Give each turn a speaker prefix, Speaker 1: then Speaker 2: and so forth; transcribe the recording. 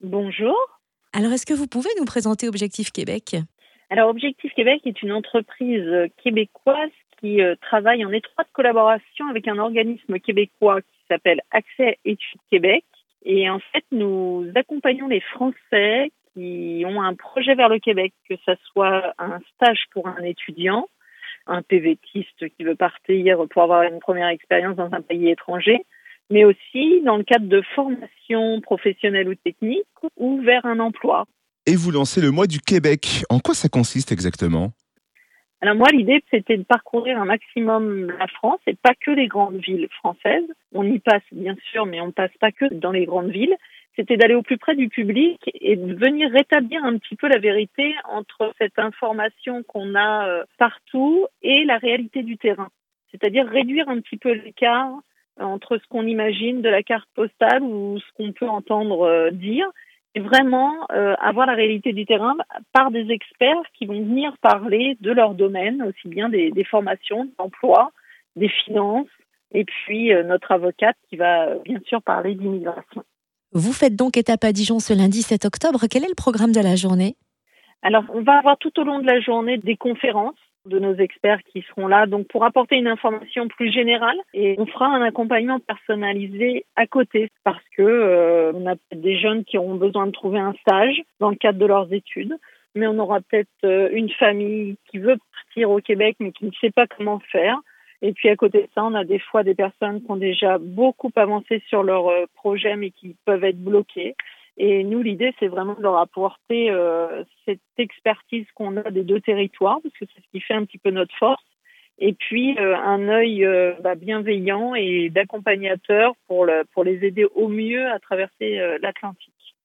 Speaker 1: Bonjour.
Speaker 2: Alors, est-ce que vous pouvez nous présenter Objectif Québec?
Speaker 1: Alors, Objectif Québec est une entreprise québécoise qui travaille en étroite collaboration avec un organisme québécois qui s'appelle Accès Études Québec. Et en fait, nous accompagnons les Français qui ont un projet vers le Québec, que ce soit un stage pour un étudiant, un PVTiste qui veut partir pour avoir une première expérience dans un pays étranger, mais aussi dans le cadre de formations professionnelles ou techniques ou vers un emploi.
Speaker 3: Et vous lancez le mois du Québec. En quoi ça consiste exactement?
Speaker 1: Alors moi, l'idée, c'était de parcourir un maximum la France et pas que les grandes villes françaises. On y passe, bien sûr, mais on ne passe pas que dans les grandes villes. C'était d'aller au plus près du public et de venir rétablir un petit peu la vérité entre cette information qu'on a partout et la réalité du terrain. C'est-à-dire réduire un petit peu l'écart entre ce qu'on imagine de la carte postale ou ce qu'on peut entendre dire et vraiment avoir la réalité du terrain par des experts qui vont venir parler de leur domaine, aussi bien des formations, d'emploi, des finances, et puis notre avocate qui va bien sûr parler d'immigration.
Speaker 2: Vous faites donc étape à Dijon ce lundi 7 octobre. Quel est le programme de la journée?
Speaker 1: Alors, on va avoir tout au long de la journée des conférences de nos experts qui seront là, donc pour apporter une information plus générale, et on fera un accompagnement personnalisé à côté parce que on a peut-être des jeunes qui auront besoin de trouver un stage dans le cadre de leurs études, mais on aura peut-être une famille qui veut partir au Québec mais qui ne sait pas comment faire. Et puis à côté de ça, on a des fois des personnes qui ont déjà beaucoup avancé sur leur projet mais qui peuvent être bloquées. Et nous, l'idée, c'est vraiment de leur apporter cette expertise qu'on a des deux territoires, parce que c'est ce qui fait un petit peu notre force, et puis un œil bienveillant et d'accompagnateur pour les aider au mieux à traverser l'Atlantique.